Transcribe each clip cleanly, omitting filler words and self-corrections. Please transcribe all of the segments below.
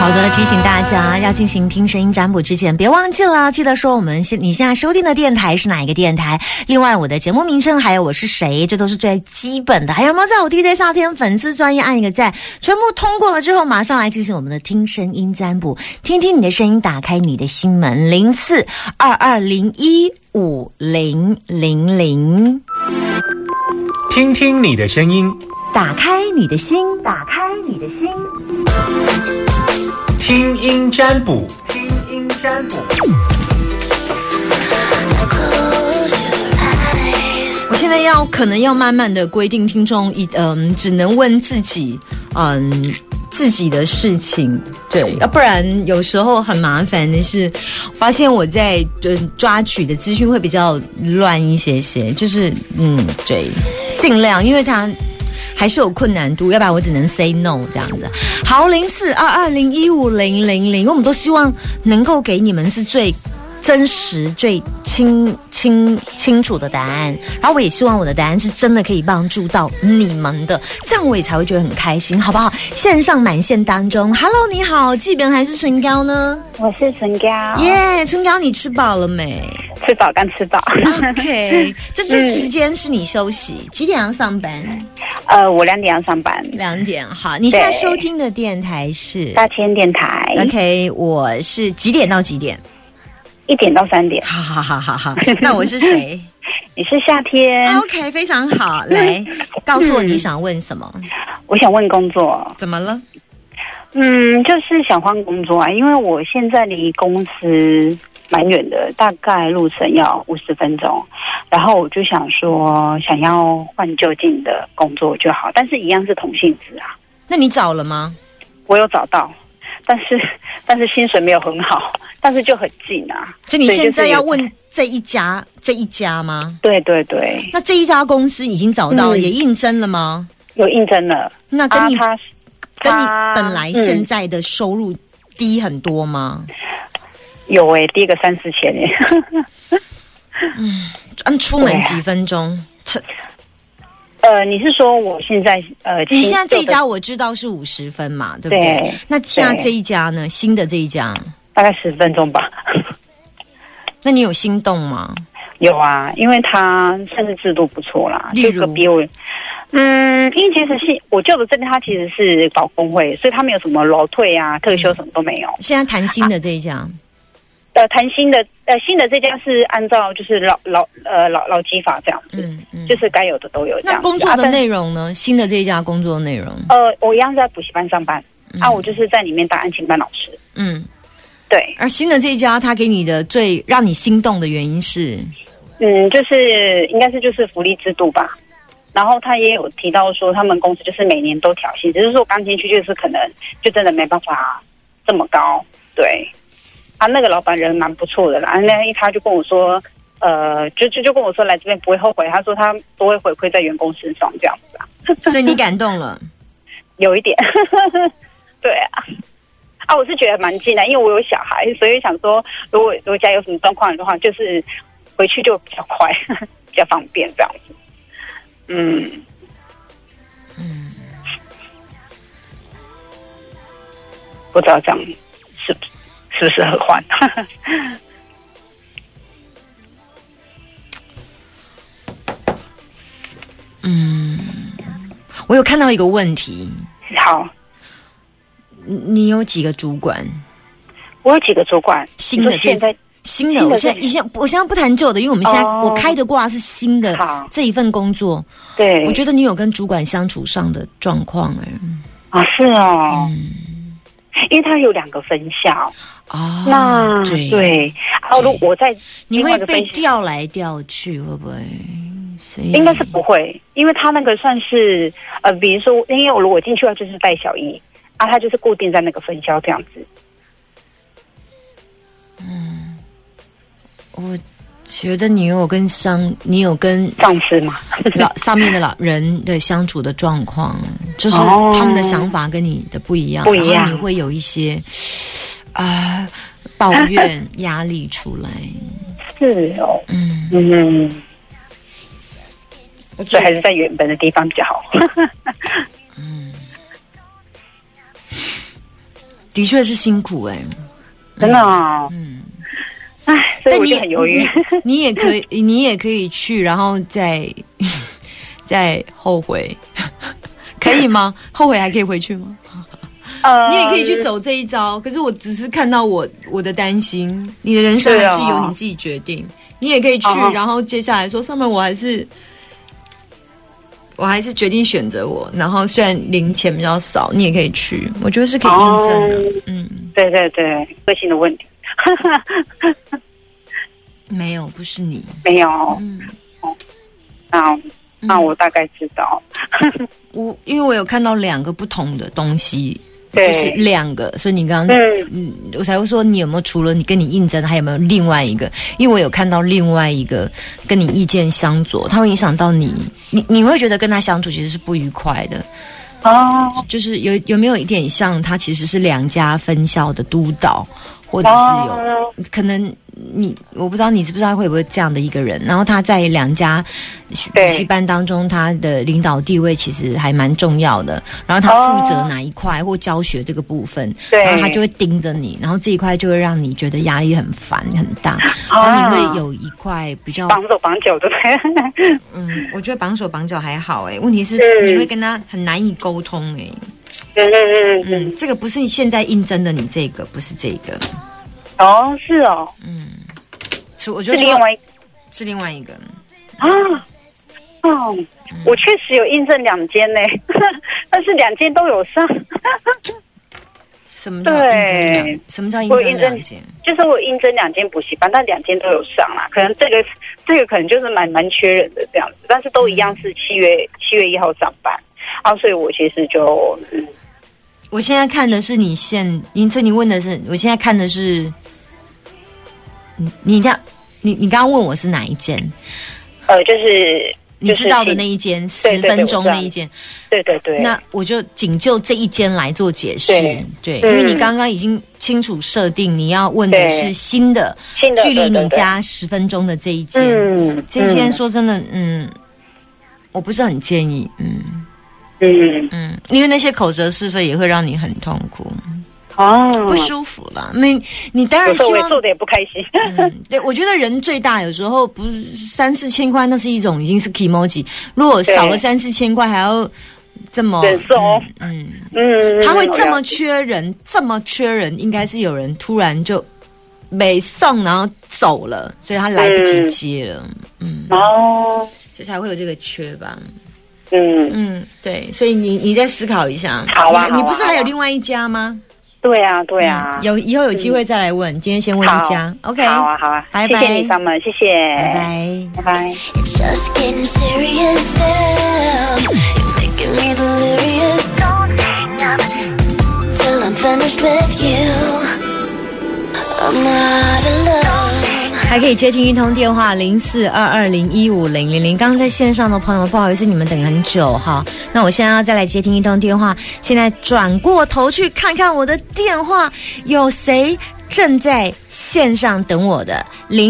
好的，提醒大家要进行听声音占卜之前，别忘记了，记得说你现在收听的电台是哪一个电台。另外，我的节目名称还有我是谁，这都是最基本的。还有没有在我 DJ 夏天粉丝专页按一个赞？全部通过了之后，马上来进行我们的听声音占卜，听听你的声音，打开你的心门。0422015000， 听听你的声音， 打开你的心，打开你的心。 听音占卜，听音占卜。 我现在可能要慢慢的规定听众只能问自己自己的事情，对，要不然有时候很麻烦的是，发现我在抓取的资讯会比较乱一些，就是对，尽量，因为它还是有困难度，要不然我只能 say no 这样子。好，0422015000，我们都希望能够给你们是最真实、最清楚的答案，然后我也希望我的答案是真的可以帮助到你们的，这样我也才会觉得很开心，好不好？线上满线当中 ，Hello， 你好，纪边还是唇膏呢？ 我是唇膏。 耶，唇膏，你吃饱了没？ 吃饱，刚吃饱。 OK， 这时间是你休息，几点要上班？ 我2点要上班。 2点，好，你现在收听的电台是大千电台。 OK， 我是几点到几点 ？1点到3点。 好，那我是谁？ 你是夏天。 OK， 非常好，来告诉我你想问什么？ 我想问工作。 怎么了？ 就是想换工作啊，因为我现在离公司蛮远的，大概路程要50分钟，然后我就想说想要换就近的工作就好，但是一样是同性质啊。那你找了吗？ 我有找到，但是薪水没有很好，但是就很近啊。 所以你现在要问这一家吗？ 对。 那这一家公司已经找到了，也应征了吗？ 有应征了。 那跟你本来现在的收入低很多吗？ 有低个3-4千耶。 出门几分钟？ 你是说我现在你现在这一家我知道是50分嘛，对不对？对。那现在这一家呢？新的这一家大概10分钟吧。 那你有心动吗？ 有啊，因为他算是制度不错啦。 例如， 比我，因为其实是我旧的这边，他其实是保工会，所以他没有什么劳退啊、特休什么都没有。 现在谈新的这一家， 谈新的这家是按照就是劳基法这样子，就是该有的都有这样。 那工作的内容呢？新的这一家工作的内容， 我一样是在补习班上班，我就是在里面当安亲班老师。对。 而新的这一家，他给你的最让你心动的原因是， 就是应该是就是福利制度吧。然后他也有提到说，他们公司就是每年都调薪，只是说刚进去就是可能就真的没办法这么高。对。那个老板人蛮不错的啦，那他就跟我说，就跟我说来这边不会后悔，他说他都会回馈在员工身上这样子啊。 所以你感动了？ 有一点。对啊。我是觉得蛮近的，因为我有小孩，所以想说如果家有什么状况的话，就是回去就比较快，比较方便这样子。不知道这样是不是合换？ 我有看到一个问题。 好。 你有几个主管？ 我有几个主管。 新的，我现在不谈旧的，因为我们现在我开的卦是新的这一份工作。 对， 我觉得你有跟主管相处上的状况是哦。因为他有2个分校那对如果我在你会被调来调去，会不会？ 应该是不会，因为他那个算是比如说，因为我如果进去的话就是带小一他就是固定在那个分校这样子。 我觉得你有跟上司吗？ 上面的老人的相处的状况，就是他们的想法跟你的不一样，然后你会有一些抱怨压力出来。 是哦。所以还是在原本的地方比较好。 的确是辛苦真的哦。哎，所以我就很犹豫。 你也可以去，然后再后悔，可以吗？后悔还可以回去吗？你也可以去走这一招，可是我只是看到我的担心，你的人生还是由你自己决定。你也可以去，然后接下来说上面我还是决定选择我，然后虽然零钱比较少，你也可以去，我觉得是可以印证的。 对对对，个性的问题。 没有，不是你， 没有。那我大概知道。 因为我有看到2个不同的东西。就是2个，所以你刚刚我才会说你有没有除了你跟你印证，还有没有另外一个？因为我有看到另外一个跟你意见相左，它会影响到你会觉得跟他相处其实是不愉快的。就是有没有一点像他其实是2家分校的督导，或者是有可能我不知道你知不知道会不会这样的一个人，然后他在2家语系班当中，他的领导地位其实还蛮重要的，然后他负责哪一块或教学这个部分，然后他就会盯着你，然后这一块就会让你觉得压力很烦很大，然后你会有一块比较绑手绑脚的。 我觉得绑手绑脚还好问题是你会跟他很难以沟通这个不是你现在应征的，你这个不是这个。 是哦。 我觉得是另外一个我确实有印证2间呢，但是2间都有上。 什么叫印证？什么叫印证2间？ 就是我印证2间补习班，但2间都有上啦。可能这个可能就是蛮缺人的这样子，但是都一样是7月1号上班所以我其实就我现在看的是你问的是，我现在看的是你刚刚问我是哪一间？ 就是你知道的那一间10分钟那一间。 对对对。 那我就仅就这一间来做解释。对，因为你刚刚已经清楚设定你要问的是新的距离你家10分钟的这一间。这一间说真的，我不是很建议。因为那些口舌是非也会让你很痛苦。不舒服啦。你当然希望，有时候我做的也不开心。 对，我觉得人最大有时候不是3-4千块，那是一种已经是 kimoji。如果少了3-4千块，还要这么忍受。 他会这么缺人，应该是有人突然就没送，然后走了，所以他来不及接了。所以才会有这个缺吧。对，所以你再思考一下。 好啊， 你不是还有另外一家吗？ 对啊， 以后有机会再来问。今天先问一家 ，OK？ 好啊， 拜拜。 谢谢你Summer，谢谢，拜拜。It's just getting serious now. You're making me delirious. Don't hang up till I'm finished with you. I'm not alone. 还可以接听一通电话0422015000。刚刚在线上的朋友，不好意思，你们等很久哈。那我现在要再来接听一通电话，现在转过头去看看我的电话，有谁正在线上等我的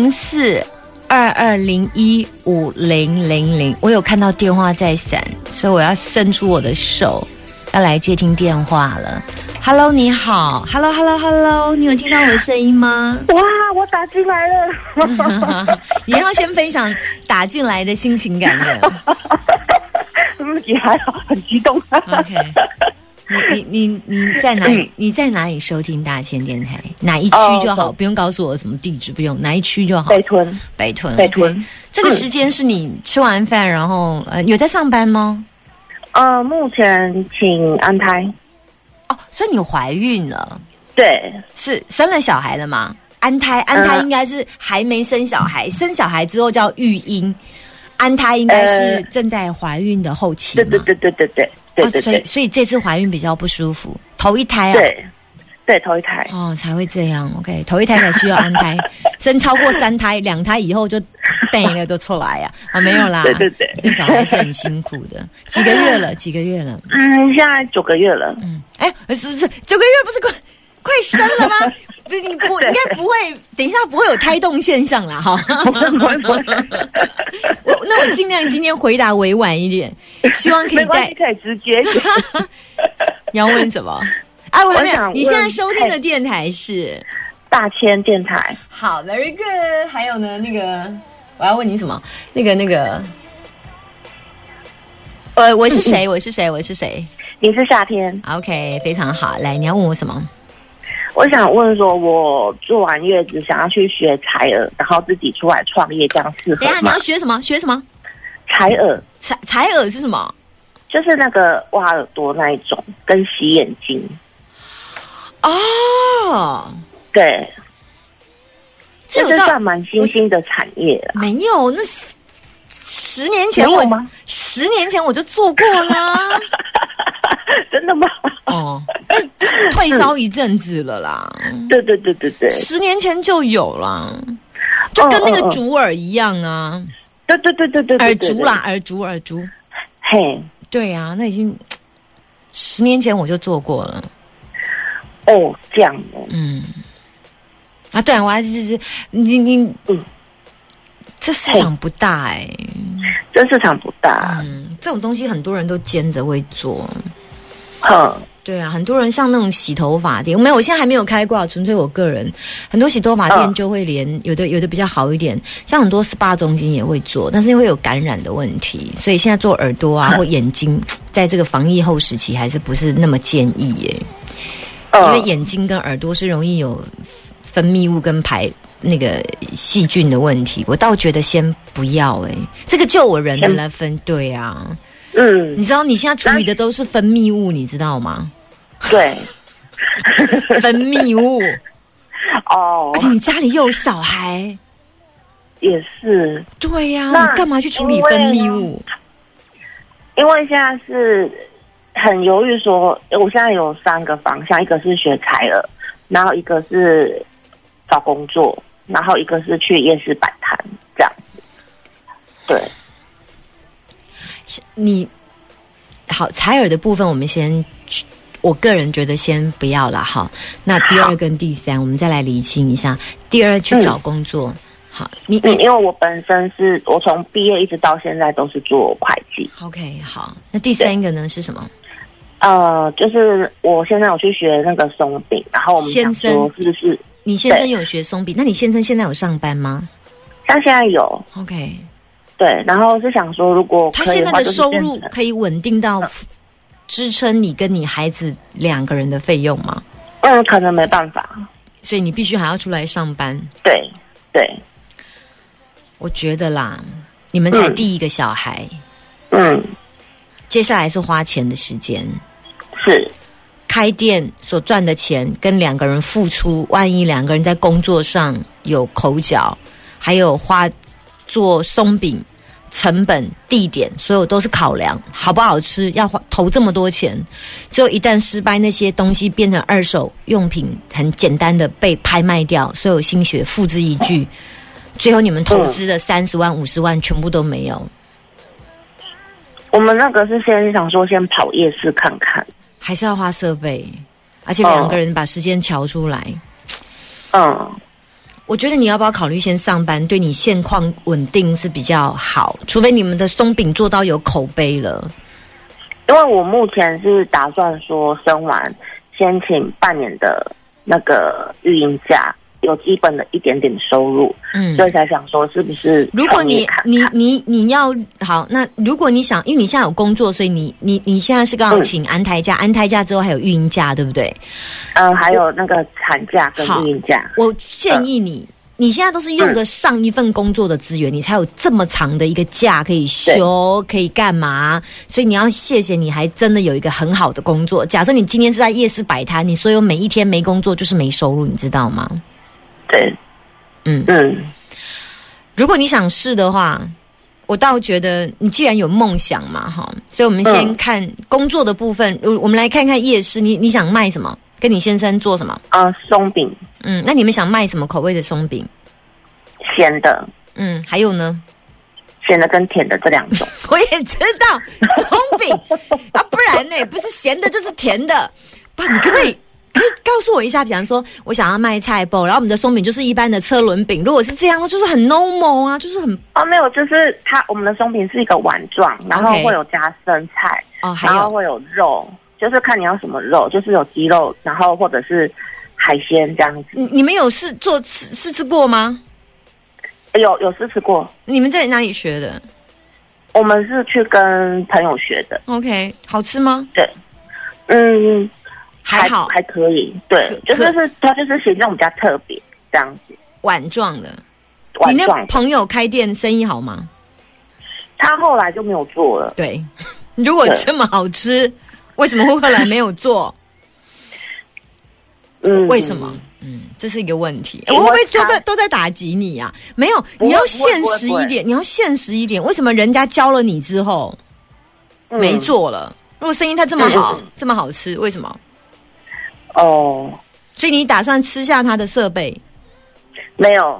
？0422015000。我有看到电话在闪，所以我要伸出我的手，要来接听电话了。Hello， 你好 ，Hello， 你有听到我的声音吗？ 哇，我打进来了！ 你要先分享打进来的心情感言。 也还好，很激动。 OK， 你在哪里？你在哪里收听大千电台？哪一区就好，不用告诉我什么地址，不用，哪一区就好。 北屯。 Okay， 这个时间是你吃完饭，然后有在上班吗？ 目前请安胎。 所以你怀孕了？ 对， 是生了小孩了吗？安胎应该是还没生小孩，生小孩之后叫育婴，安胎应该是正在怀孕的后期嘛。对。所以这次怀孕比较不舒服，头一胎啊。 对，头一胎才会这样。OK， 头一胎才需要安胎，生超过3胎2胎以后就等了都出来呀。没有啦。对，生小孩是很辛苦的。几个月了？现在9个月了。 是9个月不是快生了吗？你应该不会，等一下不会有胎动现象啦哈。那我尽量今天回答委婉一点，希望可以没关系，可以直接。 你要问什么？ 哎，我还没有。 我想问你现在收听的电台是大千电台。 好 ，very good。还有呢，那个我要问你什么？那个，我是谁？我是谁？我是谁你是夏天。 ？OK， 非常好。来，你要问我什么？ 我想问说，我做完月子想要去学采耳，然后自己出来创业，这样适合等一下，你吗要？学什么？学什么？ 采耳采耳是什么？ 就是那个挖耳朵那一种，跟洗眼睛。 哦， 对，这这有到算蛮新兴的产业了。 没有？那10年前我没有吗 10年前我就做过啦。 真的吗？ 哦，那退烧一阵子了啦。 对对对对对， 10年前就有啦，就跟那个竹耳一样啊。 对对对对对， 耳竹啦，耳竹。 嘿， 对啊，那已经10年前我就做过了。 哦，这样哦。 啊，对啊，我还是你嗯， 这市场不大哎、 这市场不大。 这种东西很多人都兼着会做。对啊，很多人像那种洗头发店，没有，我现在还没有开挂，纯粹我个人。很多洗头发店就会连有的比较好一点，像很多 SPA 中心也会做，但是因为有感染的问题，所以现在做耳朵啊或眼睛，在这个防疫后时期还是不是那么建议耶。因为眼睛跟耳朵是容易有分泌物跟那个细菌的问题，我倒觉得先不要这个就我人的来分。对啊，你知道你现在处理的都是分泌物，你知道吗？ 对， 分泌物哦， 而且你家里又有小孩， 也是。 对呀、 那你干嘛去处理分泌物？ 因为现在是很犹豫说，我现在有3个方向，一个是学采耳，然后一个是找工作，然后一个是去夜市摆摊这样子。对， 你好，采耳的部分我们先，我个人觉得先不要了哈。那第2跟第3，我们再来厘清一下。第2去找工作，好，你因为我本身是我从毕业一直到现在都是做会计。 OK 好，那第3个呢是什么？ 就是我现在有去学那个松饼，然后我们想说是不是你先生有学松饼？那你先生现在有上班吗？ 像现在有 OK， 对，然后是想说如果可以他现在的收入就是可以稳定到支撑你跟你孩子2个人的费用吗？ 可能没办法， 所以你必须还要出来上班。 对对， 我觉得啦，你们才第1个小孩，接下来是花钱的时间， 是开店所赚的钱跟2个人付出，万一2个人在工作上有口角，还有做松饼成本、地点，所有都是考量，好不好吃，要投这么多钱，最后一旦失败，那些东西变成二手用品，很简单的被拍卖掉，所有心血付之一炬，最后你们投资的30万、50万全部都没有。 我们那个是先想说先跑夜市看看， 还是要花设备，而且2个人把时间瞧出来。我觉得你要不要考虑先上班，对你现况稳定是比较好，除非你们的松饼做到有口碑了。 因为我目前是打算说生完先请半年的那个育婴假，有基本的一点点收入，所以才想说是不是如果你要好，那如果你想，因为你现在有工作，所以你现在是刚好请安胎假，安胎假之后还有育婴假，对不对？ 还有那个产假跟育婴假。 我建议你现在都是用的上一份工作的资源，你才有这么长的一个假可以休，可以干嘛？所以你要谢谢你还真的有一个很好的工作。假设你今天是在夜市摆摊，你所有每一天没工作就是没收入，你知道吗？ 对， 如果你想试的话，我倒觉得你既然有梦想嘛，哈，所以我们先看工作的部分。我们来看看夜市，你想卖什么？跟你先生做什么？ 松饼。 那你们想卖什么口味的松饼？ 咸的。 还有呢？ 咸的跟甜的这2种。 我也知道松饼啊，不然呢？不是咸的就是甜的。爸，你可不可以告诉我一下？比方说，我想要卖菜包，然后我们的松饼就是一般的车轮饼。如果是这样，就是很 normal 啊，就是很没有，就是我们的松饼是一个碗状，然后会有加生菜，然后会有肉， 就是看你要什么肉，就是有鸡肉，然后或者是海鲜这样子。 你们有试吃过吗？ 有试吃过。 你们在哪里学的？ 我们是去跟朋友学的。 OK， 好吃吗？ 对， 还好， 还可以。对，就是它就是形状比较特别这样子， 碗状的。 碗状的。 你那朋友开店生意好吗？ 他后来就没有做了。 对，如果这么好吃，为什么会后来没有做？为什么？这是一个问题。我会不会都在打击你啊？没有，你要现实一点，你要现实一点。为什么人家教了你之后没做了？如果生意它这么好，这么好吃，为什么？ 哦， 所以你打算吃下他的设备？ 没有。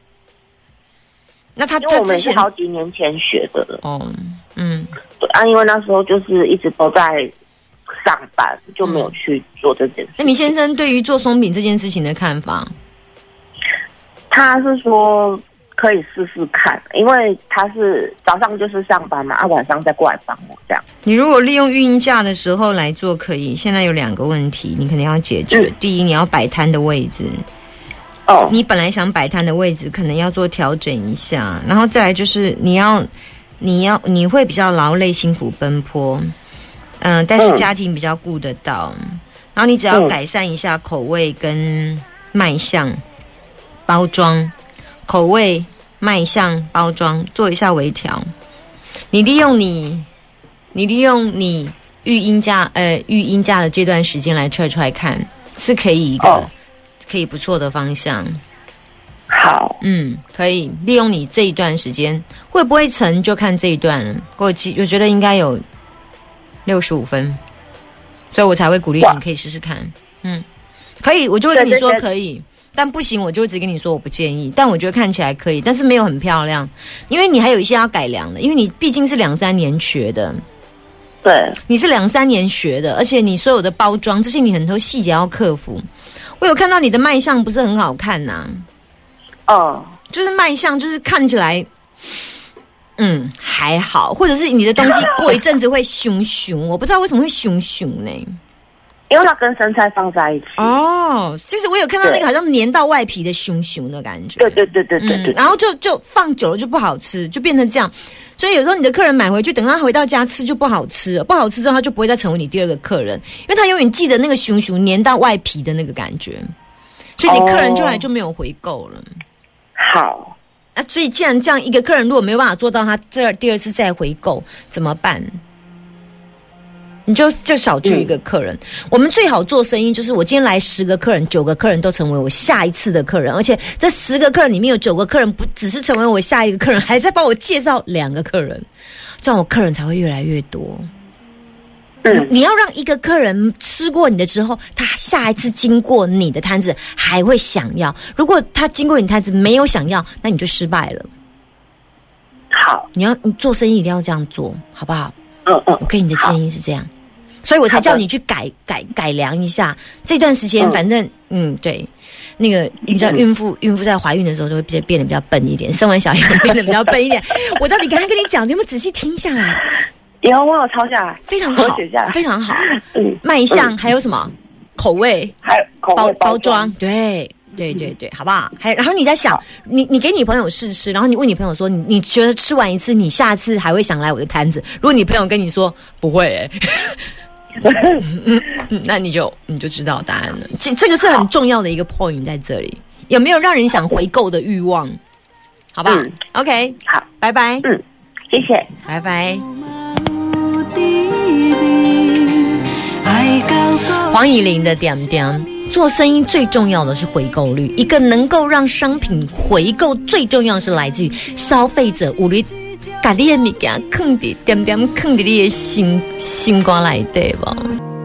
那他我们是好几年前学的了。对啊，因为那时候就是一直都在上班，就没有去做这件事。 那你先生对于做松饼这件事情的看法？ 他是说可以试试看，因为他是早上就是上班嘛，晚上再过来帮我这样。 你如果利用孕假的时候来做可以，现在有2个问题你肯定要解决。第一，你要摆摊的位置。你本来想摆摊的位置可能要做调整一下，然后再来就是你会比较劳累辛苦奔波，但是家庭比较顾得到，然后你只要改善一下口味跟卖相包装，口味卖相包装做一下微调，你利用你育婴假的这段时间来try看，是可以一个可以不错的方向。 好， 可以利用你这一段时间，会不会成就看这一段了。我觉得应该有65分，所以我才会鼓励你可以试试看。可以，我就会跟你说可以，但不行，我就会直跟你说我不建议。但我觉得看起来可以，但是没有很漂亮，因为你还有一些要改良的，因为你毕竟是2-3年学的。 对， 你是2-3年学的，而且你所有的包装，这些你很多细节要克服。我有看到你的卖相不是很好看呐，就是卖相就是看起来，还好，或者是你的东西过一阵子会熊熊，我不知道为什么会熊熊呢？ 因为它跟生菜放在一起。 就是我有看到那个好像粘到外皮的熊熊的感觉。 对。 然后就放久了就不好吃，就变成这样。所以有时候你的客人买回去，等他回到家吃就不好吃了，不好吃之后他就不会再成为你第2个客人，因为他永远记得那个熊熊粘到外皮的那个感觉，所以你客人后来就没有回购了。 好， 所以既然这样，一个客人如果没有办法做到他第2次再回购怎么办？你就少聚一个客人。我们最好做生意就是我今天来10个客人，9个客人都成为我下一次的客人，而且这10个客人里面有9个客人不只是成为我下一个客人，还在帮我介绍2个客人，这样我客人才会越来越多。你要让一个客人吃过你的之后，他下一次经过你的摊子还会想要。如果他经过你摊子没有想要，那你就失败了。 好， 你做生意一定要这样做，好不好？我给你的建议是这样。所以我才叫你去改良一下这段时间，反正对，那个你知道孕妇在怀孕的时候就会变得比较笨一点，生完小孩变得比较笨一点。我到底刚才跟你讲，你有没有仔细听下来？ 有，我有抄下来， 非常好，非常好。卖相还有什么口味， 还有口味包装，对，好不好？然后你在想，你给你朋友试吃，然后你问你朋友说，你觉得吃完一次，你下次还会想来我的摊子？如果你朋友跟你说不会那你就知道答案了。这个是很重要的一个 point 在这里，有没有让人想回购的欲望？好不好？OK， 好， 拜拜。 谢谢， 拜拜。黄以玲的点点，做生意最重要的是回购率，一个能够让商品回购最重要的是来自于消费者有你把你的物件放在点点放在你的心肝内底吧。